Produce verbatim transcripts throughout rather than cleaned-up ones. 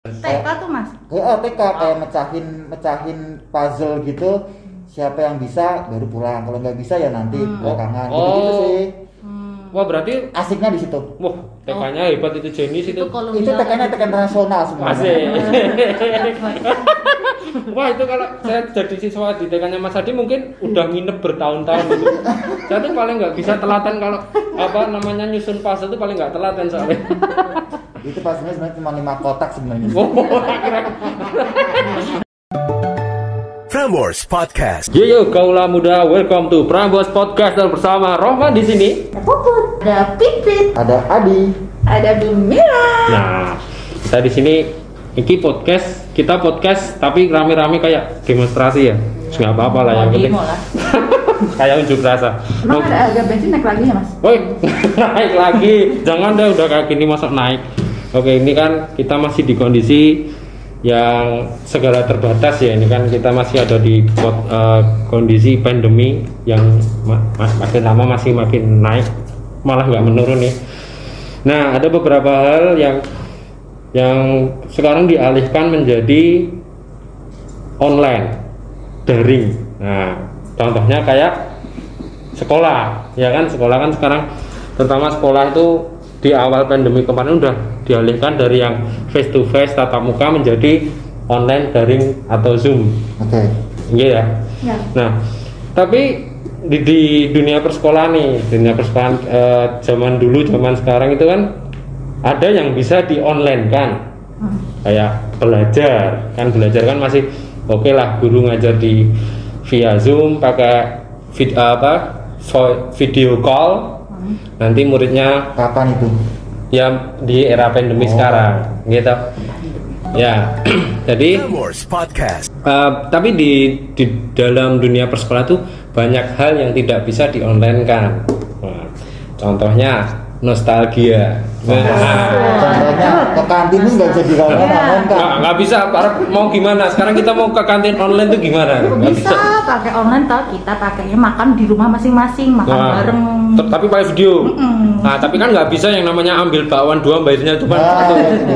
T K tuh mas? Oh, T K kayak mecahin mecahin puzzle gitu. Siapa yang bisa baru pulang. Kalau nggak bisa ya nanti hmm. belakangan. Oh. Gitu sih. Hmm. Wah berarti asiknya di situ. Wah T K-nya oh. hebat itu jenis itu. Itu, itu T K-nya T K internasional semua. Asik. Wah itu kalau saya jadi siswa di T K-nya Mas Adi mungkin udah nginep bertahun-tahun gitu. Saya tuh paling nggak bisa telaten kalau apa namanya nyusun puzzle itu paling nggak telaten soalnya. Itu puzzle-nya sebenarnya cuma lima kotak sebenarnya. Oh, Prambors Podcast. Yo yo kaula muda, welcome to Prambors Podcast bersama Rohman di sini. Ada Puput, ada Pipit, ada Adi, ada Bumira. Nah, kita di sini iki podcast, kita podcast tapi rame-rame kayak demonstrasi ya. Enggak apa-apa lah yang penting. Kayak unjuk rasa. Emang ada harga bensin naik lagi ya mas? Woi, naik lagi. Jangan deh udah kayak gini masa naik. Oke, ini kan kita masih di kondisi yang segala terbatas ya. Ini kan kita masih ada di uh, kondisi pandemi yang ma- ma- makin lama masih makin naik, malah nggak menurun nih. Nah, ada beberapa hal yang yang sekarang dialihkan menjadi online, daring. Nah, contohnya kayak sekolah, ya kan? Sekolah kan sekarang, terutama sekolah itu di awal pandemi kemarin udah dialihkan dari yang face to face tatap muka menjadi online daring atau Zoom. Oke. Okay. Iya ya. Ya. Nah, tapi di, di dunia persekolahan nih, dunia persekolahan eh, zaman dulu, zaman sekarang itu kan ada yang bisa di online kan, hmm. kayak belajar kan, belajar kan masih oke okay lah, guru ngajar di via Zoom pakai vid, apa video call. Nanti muridnya kapan itu? Ya di era pandemi oh. sekarang, gitu. Ya, jadi. Uh, tapi di di dalam dunia persekolahan tuh banyak hal yang tidak bisa di online kan. Nah, contohnya nostalgia. Nah, contohnya ke kantin itu nggak bisa di online kan? Nggak, nggak bisa. Mau gimana? Sekarang kita mau ke kantin online tuh gimana? Nggak bisa. Pakai online tau kita pakainya makan di rumah masing-masing, makan nah, bareng. T- tapi pakai video. Mm-mm. Nah, tapi kan nggak bisa yang namanya ambil bakwan dua bayarnya cuma satu.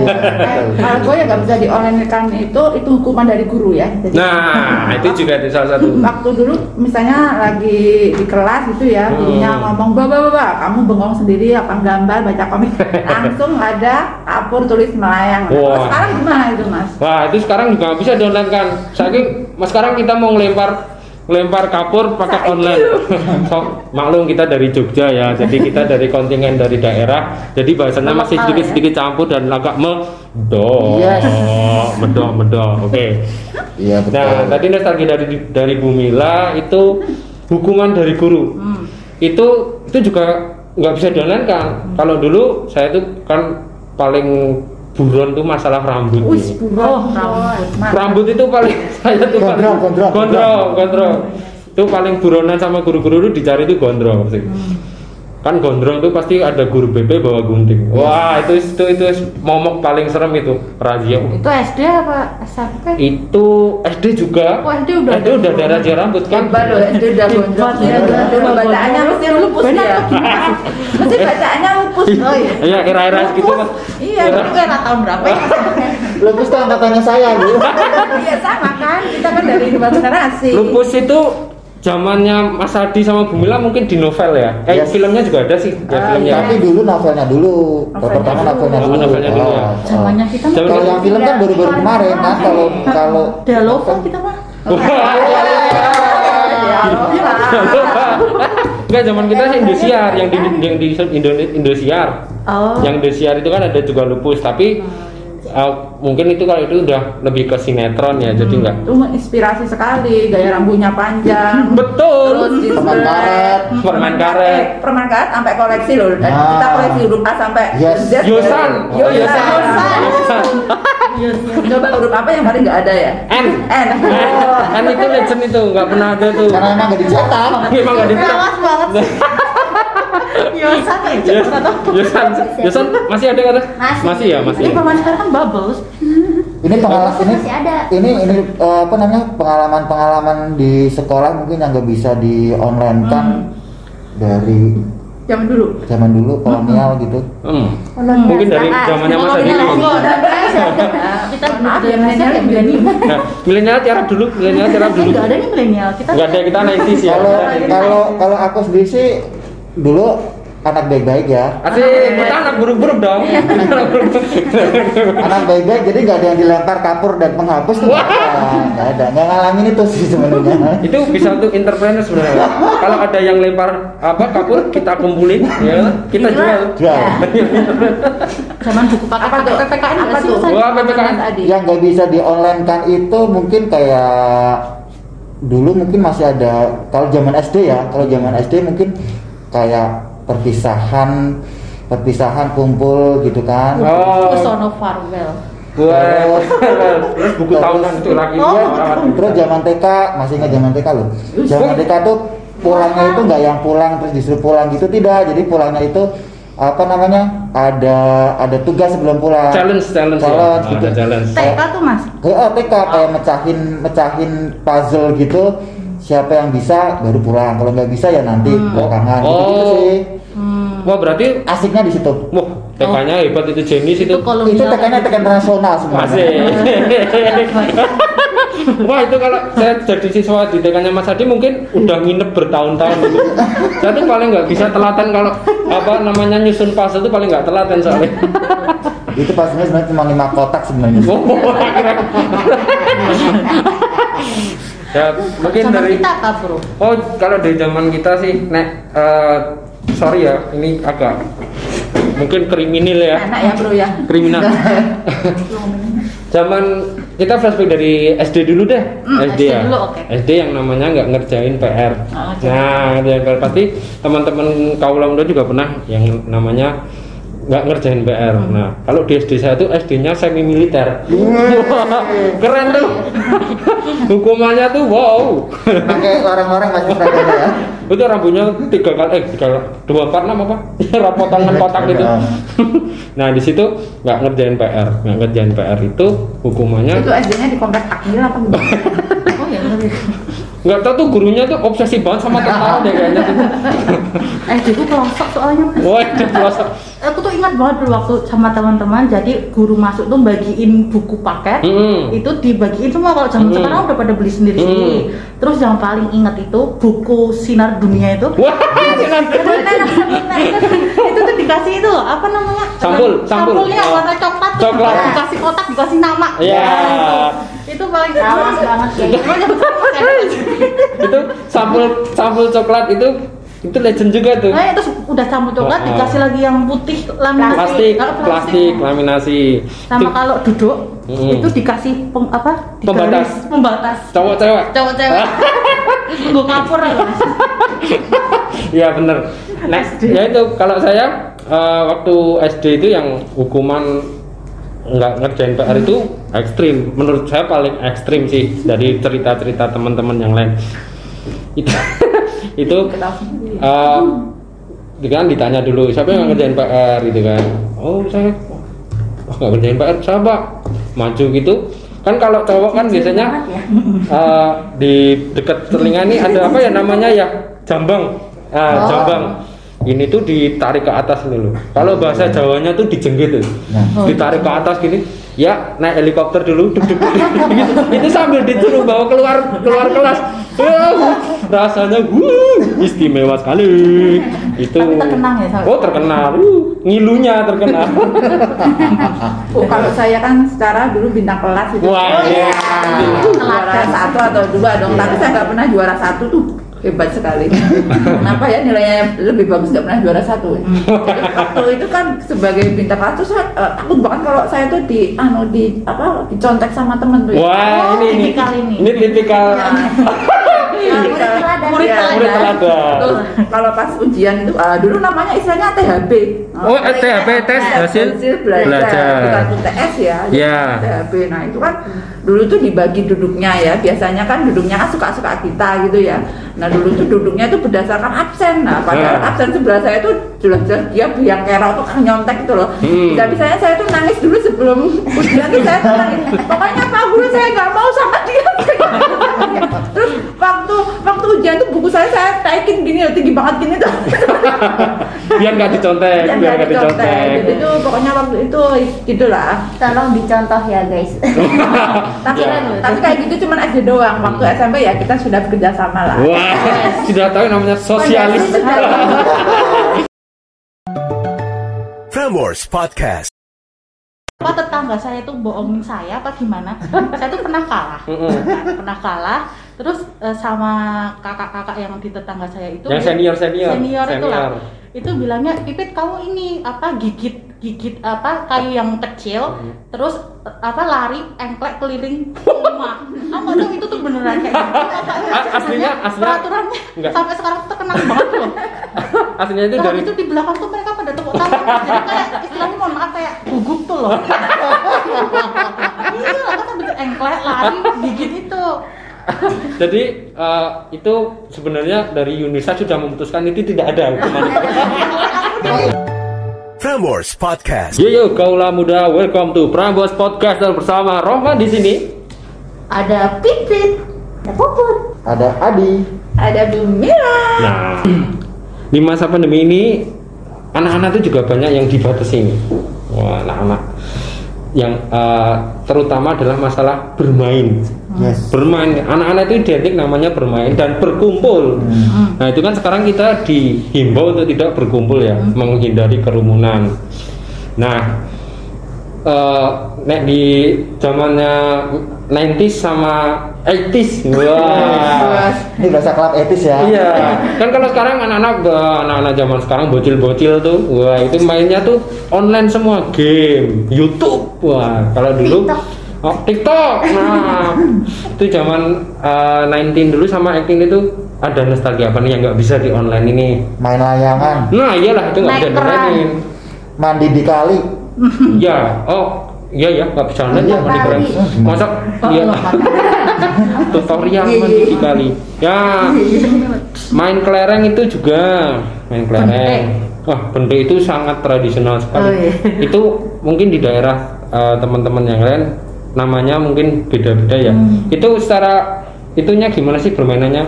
Kalau gue ya nggak bisa di online kan itu itu hukuman dari guru ya. Jadi, nah, itu juga itu salah satu. Waktu dulu misalnya lagi di kelas gitu ya, gurunya hmm. ngomong bapak-bapak, kamu bengong sendiri apa gambar baca komik, langsung ada kapur tulis melayang. Nah, sekarang gimana itu mas? Wah itu sekarang juga nggak bisa di online kan. Saking mas sekarang kita mau ngelempar ngelempar kapur pakai online. So, maklum kita dari Jogja ya, jadi kita dari kontingen dari daerah, jadi bahasanya masih sedikit-sedikit campur dan agak medok, yes. medok, medok. Oke. Okay. Iya betul. Nah tadi nostalgia dari dari Bumila itu hukuman dari guru. Hmm. Itu itu juga nggak bisa di-online kan. Hmm. Kalau dulu saya itu kan paling buron tuh masalah rambut. Wih, buron. Oh, rambut. Rambut itu paling saya tuh gondrong, paling gondrong, gondrong, gondrong. Itu paling buronan sama guru-guru itu dicari itu gondrong sih. Hmm. Kan gondrong itu pasti ada guru B P bawa gunting. Wah, itu itu itu momok paling serem itu razia. Itu S D apa S M P? Itu S D juga. Oh, S D udah. S D udah ada razia rambut kan? Baru S D udah gondrong. Dulu bacaannya mesti lupus ya. Mesti bacaannya lupus. Oh iya. Iya, era-era segitu Mas. Iya, itu era tahun berapa ya? Lupus tuh angkatannya saya, Bu. Iya, sama kan. Kita kan dari dua generasi. Lupus itu zamannya Mas Adi sama Bumila mungkin di novel ya. Eh yes. Filmnya juga ada sih. Ya, ah, filmnya. Tapi dulu novelnya dulu. Novelnya pertama dulu. novelnya dulu. Oh, novelnya dulu. Ya. Zamannya kita oh. Kalau yang film kan baru-baru kemarin kan kalau kalau Dialog kita mah. Enggak, zaman kita sih Indosiar yang di yang di Indosiar. Oh. Yang Indosiar itu kan ada juga lupus, tapi Uh, mungkin itu kalau itu udah lebih ke sinetron ya, hmm. jadi enggak. Itu menginspirasi sekali, gaya rambutnya panjang. Betul. Terus permen karet, permen karet, permen karet sampai koleksi loh. Dan nah. kita koleksi huruf A sampai yes. Z. Yosan, Yosan. Yosan. Yosan. Coba huruf apa yang paling nggak ada ya? N. N. Oh. N itu legend itu nggak pernah ada tuh. Karena emang nggak dicetak. Emang nggak dicetak. Lawas banget. Yosan ya, Yosan, Yosan masih ada kata? Masih. Masih ya, masih. Ini permen sekarang kan bubbles. Ini pengalaman ini, masih ada. ini ini uh, apa namanya pengalaman-pengalaman di sekolah mungkin yang nggak bisa di online kan hmm. dari Zaman dulu. Zaman dulu kolonial gitu. Hmm. Kolonial. Mungkin dari zamannya Mas Adi. Kita Maaf ya milenial ya milenial. Nah, milenial tiarap dulu, milenial tiarap dulu. Enggak ada nih milenial. Kita Enggak ada, kita nineties ya. Kalau kalau kalau aku sendiri sih dulu anak baik-baik ya. Asik, kita anak buruk-buruk dong. Anak baik-baik jadi nggak ada yang dilempar kapur dan penghapus tuh nggak ada, nggak ada, nggak ngalamin itu sih sebenarnya. Itu bisa untuk entrepreneur sebenarnya. Kalau ada yang lempar apa kapur, kita kumpulin, ya kita jual. Jual. zaman buku paket Apa tuh? P P K N Apa nggak sih, tuh? Mas? Wah, P P K N. Mas Adi. Yang nggak bisa di online kan itu mungkin kayak dulu mungkin masih ada, kalau zaman S D ya, kalau zaman S D mungkin kayak perpisahan perpisahan kumpul gitu kan. Oh. Son of Farewell. Wah, terus buku tahunan itu lagi. Oh, Ya, Terus zaman T K, masih ingat zaman T K loh. Zaman T K tuh pulangnya itu nggak yang pulang terus disuruh pulang gitu, tidak. Jadi pulangnya itu apa namanya? Ada ada tugas sebelum pulang. challenge, challenge, ya. Challenge Oh, gitu. ada challenge. T K tuh Mas. Kayak T K kayak mecahin mecahin puzzle gitu. Siapa yang bisa baru pulang. Kalau nggak bisa ya nanti belakangan. Oh. Gitu sih. Hmm. Wah, berarti Asiknya di situ. wah, T K-nya hebat itu jenis itu. Itu kolonial. Itu T K-nya T K internasional semuanya. Masih. Wah, itu kalau saya jadi siswa di T K-nya Mas Adi mungkin udah nginep bertahun-tahun gitu. Saya tuh paling nggak bisa telaten kalau apa namanya nyusun puzzle itu paling nggak telaten soalnya. Itu pastinya sebenarnya cuma lima kotak sebenarnya. Oh, akhirnya. Ya, mungkin Zaman dari kita apa, Bro? Oh, kalau dari zaman kita sih, nek eh, sorry ya, ini agak mungkin kriminal ya. Anak ya bro ya. Kriminal. Zaman kita flashback dari S D dulu deh. Hmm, S D S D ya. dulu, oke. S D yang namanya nggak ngerjain P R. Oh, Nah, ngerjain P R pasti teman-teman kaula muda juga pernah yang namanya nggak ngerjain P R. Hmm. Nah, kalau di S D saya tuh S D-nya semi militer. Keren tuh. Hukumannya tuh wow. Pakai orang-orang masih seragam ya. Itu rambutnya tiga kali eh tiga dua empat enam apa? Rapotangan kotak gitu. Nah, di situ nggak ngerjain P R, nggak ngerjain P R itu hukumannya Itu S D-nya di komplek Akmil apa gimana? Oh ya, ngeri. nggak tahu tuh gurunya tuh obsesi banget sama tentara deh kayaknya tuh. Eh, jadi pelosok soalnya Mas. Wah, itu pelosok. Aku tuh ingat banget dulu waktu sama teman-teman, jadi guru masuk tuh bagiin buku paket, Mm-mm. itu dibagiin semua. Kalau zaman Mm-mm. sekarang udah pada beli sendiri-sendiri. Mm. Terus yang paling ingat itu buku Sinar Dunia itu. Wah, Itu tuh dikasih itu loh, apa namanya? Sampul, sampul. Sampulnya Oh. warna coklat, tuh, Coklat. dikasih kotak, dikasih nama. Iya. Nah, itu, itu paling Rawas banget itu sampul sampul coklat itu itu legend juga tuh. Nah, terus udah campur coklat, Oh, oh. dikasih lagi yang putih laminasi. Plastik, Kalau plastik, laminasi. Sama Itu kalau duduk Mm. itu dikasih pem, apa? Pembatas. Digaris, pembatas. cowok cewek. Cowok cewek. Gue kapur ya, Mas. Iya bener. Nah, ya itu kalau saya eh, waktu S D itu yang hukuman nggak ngerjain P R itu ekstrim. Menurut saya paling ekstrim sih dari cerita-cerita teman-teman yang lain. Itu itu eh kan ditanya dulu siapa yang ngerjain P R gitu kan. Oh saya oh, nggak ngerjain P R, siapa? Maju gitu. Kan kalau cowok kan biasanya eh, di dekat telinga ini ada apa ya namanya ya jambang. Ah, Oh. jambang. Ini tuh ditarik ke atas nih loh. Kalau bahasa Jawanya tuh dijenggit tuh. Nah. Ditarik ke atas gini. Ya, naik helikopter dulu. Duk, duk, duk, gitu. Itu sambil disuruh bawa keluar keluar kelas. Wah, rasanya wuh, istimewa sekali. Itu. Tapi terkenang ya, Sal? Oh, terkenal. Uh, ngilunya terkenal. Oh, kalau saya kan secara dulu bintang kelas itu. Wah, iya. Juara satu atau dua dong, tapi saya nggak pernah juara satu tuh. Hebat sekali. Kenapa ya nilainya lebih bagus nggak pernah juara satu? Jadi waktu itu kan sebagai bintang kelas tuh saya uh, takut banget kalau saya tuh di anu di apa dicontek sama temen tuh. Ya. Wah, Oh, ini ini. tipikal ini. Ini tipikal. Murid teladan. Murid Iya, murid teladan. teladan. Terus kalau pas ujian itu uh, dulu namanya istilahnya T H B. Oh, T H B, tes hasil belajar. belajar. Bukan U T S ya. Ya. T H B. Nah, itu kan dulu tuh dibagi duduknya ya. Biasanya kan duduknya kan suka-suka kita gitu ya. Nah, dulu tuh duduknya itu berdasarkan absen. Nah, padahal Ya. absen sebelah saya itu jelas-jelas dia biang kerok tuh kan nyontek gitu loh. Hmm. Bisa-bisanya saya tuh nangis dulu sebelum ujian tuh saya tuh nangis. Pokoknya Pak Guru saya nggak mau sama dia. Terus waktu waktu ujian tuh buku saya saya taikin gini loh, tinggi banget gini tuh. Biar nggak dicontek, Biar biar nggak nggak dicontek. Jadi itu pokoknya waktu itu gitulah. Tolong dicontoh ya guys. Tapi, Ya. tapi kayak gitu cuman S D doang. Waktu S M P ya kita sudah bekerja sama lah. Wah, sudah tahu namanya sosialis. Prambors Podcast. Apa tetangga saya tuh bohongin saya apa gimana? Saya tuh pernah kalah, Nah, pernah kalah. Terus eh, sama kakak-kakak yang di tetangga saya itu, Yang senior senior. senior itu lah, itu bilangnya, Pipit kamu ini apa gigit gigit apa kayu yang kecil, terus eh, apa lari engklek keliling rumah. Kamu tuh itu tuh beneran kayak gitu. A- aslinya aslinya Peraturannya enggak. sampai sekarang terkenal banget loh. Aslinya itu Kalau dari itu di belakang tuh mereka pada tepuk tangan, jadi kayak istilahnya mohon maaf kayak gugup tuh loh. Iya lah, kan bener engklek lari gigit itu. Jadi eh, itu sebenarnya dari UNISA sudah memutuskan itu tidak ada hukuman. Prambors Podcast. Yo yo kaula muda, welcome to Prambors Podcast dan bersama Rohman di sini. Ada Pipit, ada Puput, Ada Adi. Ada Bu Mira. Nah, di masa pandemi ini anak-anak itu juga banyak yang dibatasi nih. Wah, anak-anak yang eh, terutama adalah masalah bermain. Yes. Bermain, anak-anak itu identik namanya bermain dan berkumpul. Nah itu kan sekarang kita dihimbau untuk tidak berkumpul ya, menghindari kerumunan. Nah, eh, nek di zamannya sembilan puluh sama delapan puluh, wah. Ini bahasa klub etis ya. Iya, kan kalau sekarang anak-anak anak-anak zaman sekarang bocil-bocil tuh, wah itu mainnya tuh online semua, game, YouTube, wah kalau dulu oh, TikTok, nah itu zaman uh, sembilan belas dulu sama delapan belas itu ada nostalgia apa nih yang nggak bisa di online ini? Main layangan, Nah iyalah itu nggak bisa Naik keran. dimainin. mandi di kali. Ya, oh iya ya nggak bisa online ya mandi keren. Masa iya tutorial mandi di kali. Ya main kelereng itu juga main kelereng. Wah bentuk itu sangat tradisional sekali. Oh, iya. Itu mungkin di daerah uh, teman-teman yang lain namanya mungkin beda-beda ya. Hmm. Itu secara itunya gimana sih permainannya?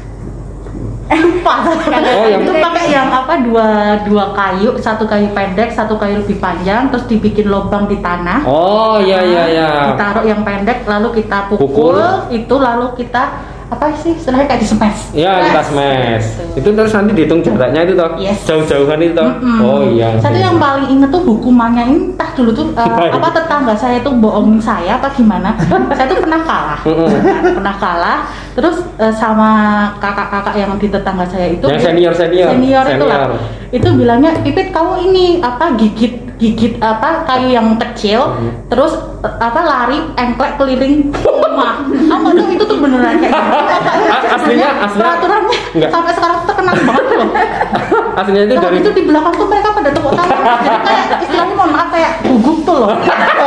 lupa. Oh, yang- Itu pakai yang apa dua dua kayu, satu kayu pendek, satu kayu lebih panjang, terus dibikin lubang di tanah. Oh iya iya iya. Ditaruh yang pendek, lalu kita pukul, Pukul. itu lalu kita apa sih istilahnya kayak di smash. Ya kita smash. Itu terus nanti dihitung jaraknya itu toh. Yes. Jauh-jauhan itu toh. Mm-mm. Oh iya. Satu yang paling inget tuh hukumannya ini, entah dulu tuh uh, Baik. apa tetangga saya tuh bohongin saya apa gimana. Saya tuh pernah kalah, Mm-mm. pernah kalah. Terus uh, sama kakak-kakak yang di tetangga saya itu, Yang senior-senior. senior itu lah, Senior. itu bilangnya, Pipit kamu ini apa gigit gigit apa kayu yang kecil, terus uh, apa lari engklek keliling rumah. Kamu tuh itu tuh beneran kayak gitu. A- aslinya aslinya Peraturannya enggak. sampai sekarang terkenal banget loh. Aslinya itu Kalau dari itu di belakang tuh mereka pada tepuk tangan, jadi kayak istilahnya mohon maaf kayak gugup tuh loh.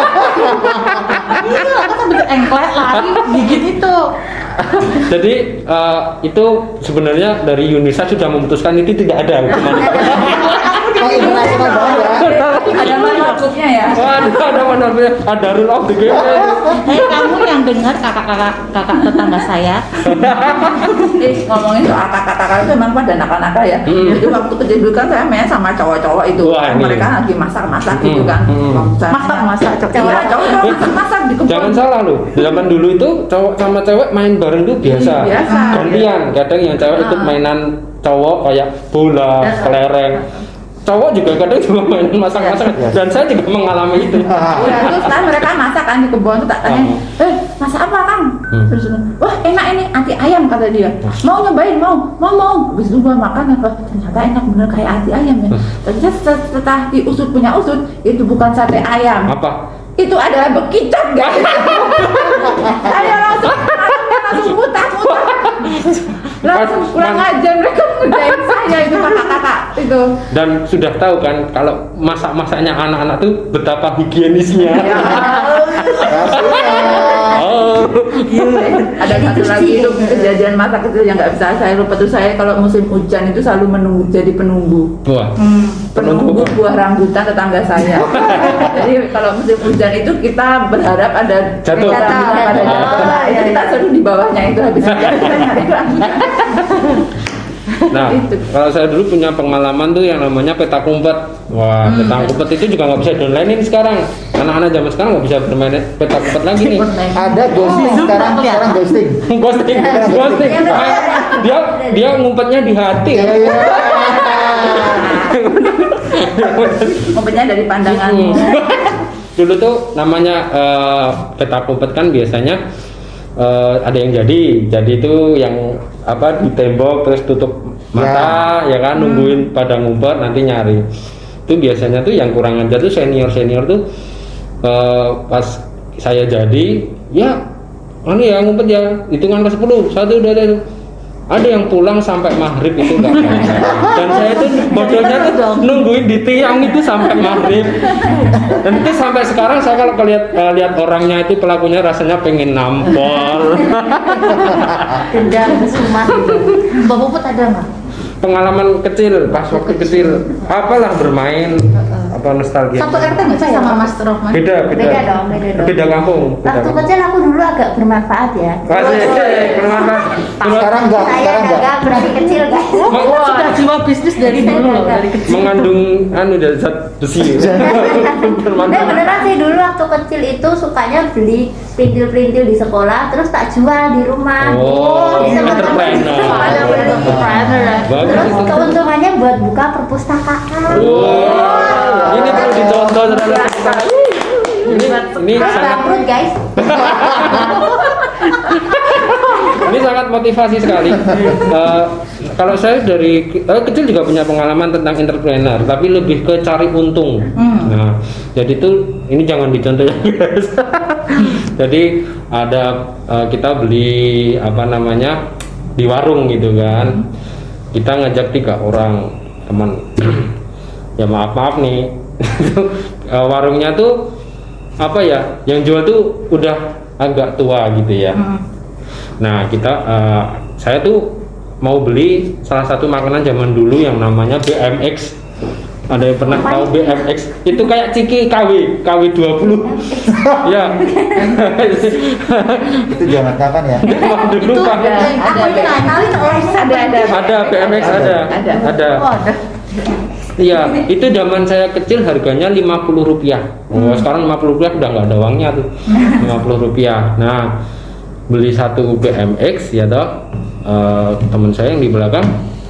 Iya lah, kan bener engklek lari gigit itu. jadi eh, itu sebenarnya dari UNISA sudah memutuskan itu tidak ada hukuman. Oh, internasional banget ya. Ada manual booknya ya. Wah, ada ada manualnya, ada rule of the game. Hei kamu yang dengar kakak-kakak kakak tetangga saya, Eh, ngomongin soal kakak-kakak itu memang pada nakal-nakal ya. Hmm. Jadi waktu kecil dulu kan saya main sama cowok-cowok itu. Wah, ini. Mereka lagi masak-masak gitu Hmm, kan. hmm. Waktu saya masak-masak Iya, cowok. cowok-cowok masak-masak di kebun. Jangan salah loh, zaman dulu itu cowok sama cewek main bareng tuh biasa. Biasa. Gantian, kadang yang cewek ikut Ah. mainan cowok kayak bola, Ah. kelereng. Cowok juga kadang juga main masak-masak Iya. dan saya juga mengalami itu. Iya, terus kan mereka masak kan di kebun tuh tak tanya, eh masak apa Kang? Hmm. Terus wah enak ini anti ayam kata dia. Mau nyobain mau, mau mau. Habis itu gua makan apa ternyata enak bener kayak anti ayam ya. Ternyata set- setelah diusut punya usut itu bukan sate ayam, Apa? itu adalah bekicot guys. Saya langsung ayamnya langsung muntah-muntah. Langsung kurang ajar mereka ngerjain saya itu kakak-kakak itu. Dan sudah tahu kan kalau masak-masaknya anak-anak tuh betapa higienisnya. Ya, Oh, Ada satu lagi itu kejadian masa kecil yang nggak bisa saya lupa tuh, saya kalau musim hujan itu selalu menunggu jadi penunggu. Wah. Penunggu buah rambutan tetangga saya. Jadi kalau musim hujan itu kita berharap ada Jatuh. rambutan pada Jatuh. jatuh. Nah, itu kita suruh di bawahnya itu habis hujan kita nyari rambutan. Nah, Itu. kalau saya dulu punya pengalaman tuh yang namanya peta kumpet. Wah, peta kumpet itu juga nggak bisa downline sekarang. Anak-anak zaman sekarang nggak bisa bermain peta kumpet lagi nih. Ada ghosting sekarang, sekarang ghosting. Ghosting, ghosting. Dia dia ngumpetnya di hati. Iya, iya. Ngumpetnya dari pandanganmu. Dulu tuh namanya eh, peta kumpet kan biasanya eh, ada yang jadi. Jadi itu yang apa di tembok terus tutup mata ya, kan nungguin pada ngumpet nanti nyari. Itu biasanya tuh yang kurang ajar tuh senior-senior tuh eh, pas saya jadi ya anu ya ngumpet ya hitungan ke sepuluh satu dua tiga. Ada yang pulang sampai maghrib itu nggak bisa. Dan saya tuh bodohnya tuh nungguin di tiang itu sampai maghrib. Dan itu sampai sekarang saya kalau lihat uh, lihat orangnya itu pelakunya rasanya pengen nampol. Dendam kesumat gitu. Mbak Puput ada nggak? Pengalaman kecil pas waktu kecil apalah bermain apa nostalgia. Satu R T nggak sih sama Mas Rohman? Beda beda. Beda dong, beda dong. Beda kampung. Beda Waktu kampung. kecil aku dulu agak bermanfaat ya. Masih bermanfaat. Sekarang enggak, Saya sekarang enggak. gagal berarti kecil guys. Wah, sudah jiwa bisnis dari dulu loh, dari kecil. Mengandung anu dari zat besi. Nah, Bermanfaat. beneran sih dulu waktu kecil itu sukanya beli perintil-perintil di sekolah, terus tak jual di rumah. Oh, Jadi sama teman- entrepreneur. Ada Entrepreneur ya. Bagus Terus itu. keuntungannya buat buka perpustakaan. Wow. Ini perlu dicontoh saudara. Ini ini Terus sangat bangkrut guys. ini sangat motivasi sekali. Eh, kalau saya dari eh, kecil juga punya pengalaman tentang entrepreneur, tapi lebih ke cari untung. Nah, jadi itu ini jangan dicontoh ya guys. Jadi ada eh, kita beli apa namanya di warung gitu kan. Kita ngajak tiga orang teman. Ya maaf maaf nih. Eh, warungnya tuh apa ya? Yang jual tuh udah agak tua gitu ya. Nah kita, uh, saya tuh mau beli salah satu makanan zaman dulu yang namanya B M X. Ada yang pernah tahu B M X? Itu kayak ciki K W, K W dua puluh. Ya. Itu zaman kapan ya? Zaman dulu Itu Pak. ada. Aku ini nggak tahu itu orang Ada ada. Ada B M X ada. Ada. Ada. Oh, ada. Iya, itu zaman saya kecil harganya lima puluh rupiah. Oh, sekarang lima puluh rupiah udah nggak ada uangnya tuh. lima puluh rupiah. Nah, beli satu B M X ya toh. Eh, teman saya yang di belakang,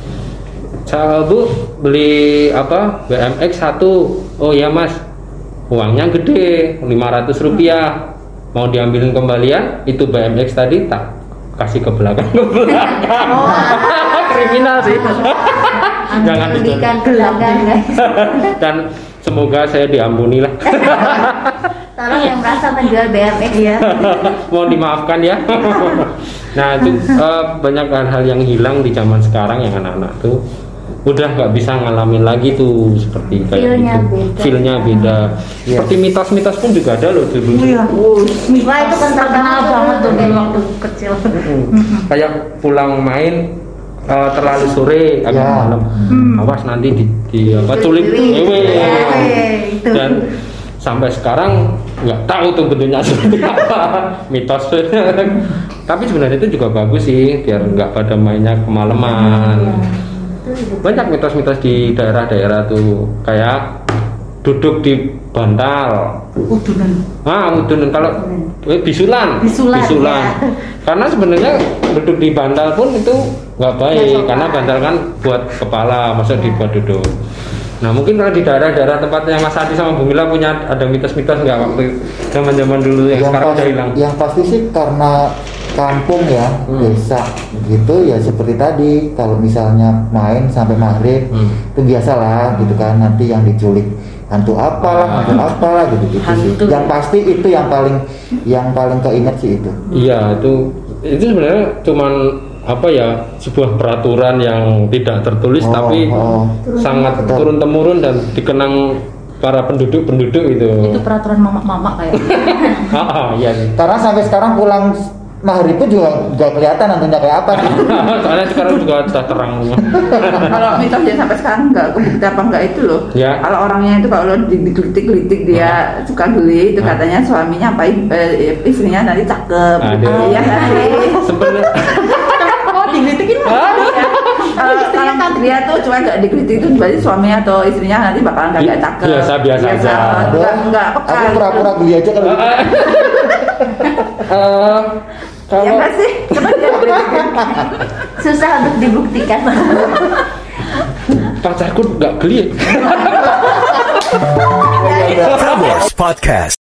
saya bu beli apa B M X satu. Oh ya mas, uangnya gede lima ratus rupiah. Mau diambilin kembalian itu B M X tadi tak kasih ke belakang ke belakang. Kriminal sih. Jangan dicontoh. Belikan pelanggan guys. Dan semoga saya diampuni lah. Tolong yang merasa menjual B M X ya. Mohon dimaafkan ya. Nah itu eh, banyak hal-hal yang hilang di zaman sekarang yang anak-anak tuh udah nggak bisa ngalamin lagi tuh seperti kayak Feel-nya gitu. beda. Feel-nya beda. Iya. Seperti mitos-mitos pun juga ada loh dulu. Iya. Wah itu kan Terkenal banget tuh dulu waktu kecil. Hmm. Kayak pulang main eh, terlalu sore agak Ya. malam. Awas nanti di, di apa culik Culik. ngewe. Ya. Itu. Dan sampai sekarang nggak tahu tuh bentuknya seperti apa mitos. Tapi sebenarnya itu juga bagus sih biar nggak pada mainnya kemalaman. Banyak mitos-mitos di daerah-daerah tuh kayak duduk di bantal. Udunan. Ah, udunan kalau eh, bisulan, Bisulan, ya. Karena sebenarnya duduk di bantal pun itu nggak baik Nggak sopan. karena bantal kan buat kepala, masa dibuat duduk. Nah mungkin kalau di daerah-daerah tempatnya Mas Adi sama Bu Mila punya ada mitos-mitos nggak waktu zaman-zaman dulu yang, yang, sekarang pas- udah hilang? yang pasti sih karena kampung ya, Hmm. desa gitu ya seperti tadi kalau misalnya main sampai maghrib Hmm. itu biasalah gitu kan nanti yang diculik hantu apalah, Ah. hantu apalah gitu gitu sih. Hantu. Yang pasti itu yang paling yang paling keinget sih itu. Iya itu itu sebenarnya cuman apa ya sebuah peraturan yang tidak tertulis Oh, tapi oh. sangat Betul. turun temurun dan dikenang para penduduk-penduduk itu. Itu peraturan mama-mama kayak. Ah, ah, iya. Karena sampai sekarang pulang Mahri pun juga nggak kelihatan nantinya kayak apa sih. Soalnya sekarang juga sudah terang semua. Kalau mitosnya sampai sekarang nggak kebukti apa nggak itu loh. Ya. Kalau orangnya itu kalau digelitik-gelitik dia suka geli itu Ah. katanya suaminya apa eh, istrinya nanti cakep. Aduh. Iya kan sih. Sebenarnya Oh, digelitik Ah. Kalau kalau dia tuh cuma nggak digelitik itu berarti suaminya atau istrinya nanti bakalan kagak cakep. Biasa-biasa aja. Nggak nggak peka. Aku pura-pura beli aja kalau gitu. Eh, Ya kalau nggak sih? Coba dia gelitik. Susah untuk dibuktikan. pacarku nggak geli. Prambors Podcast.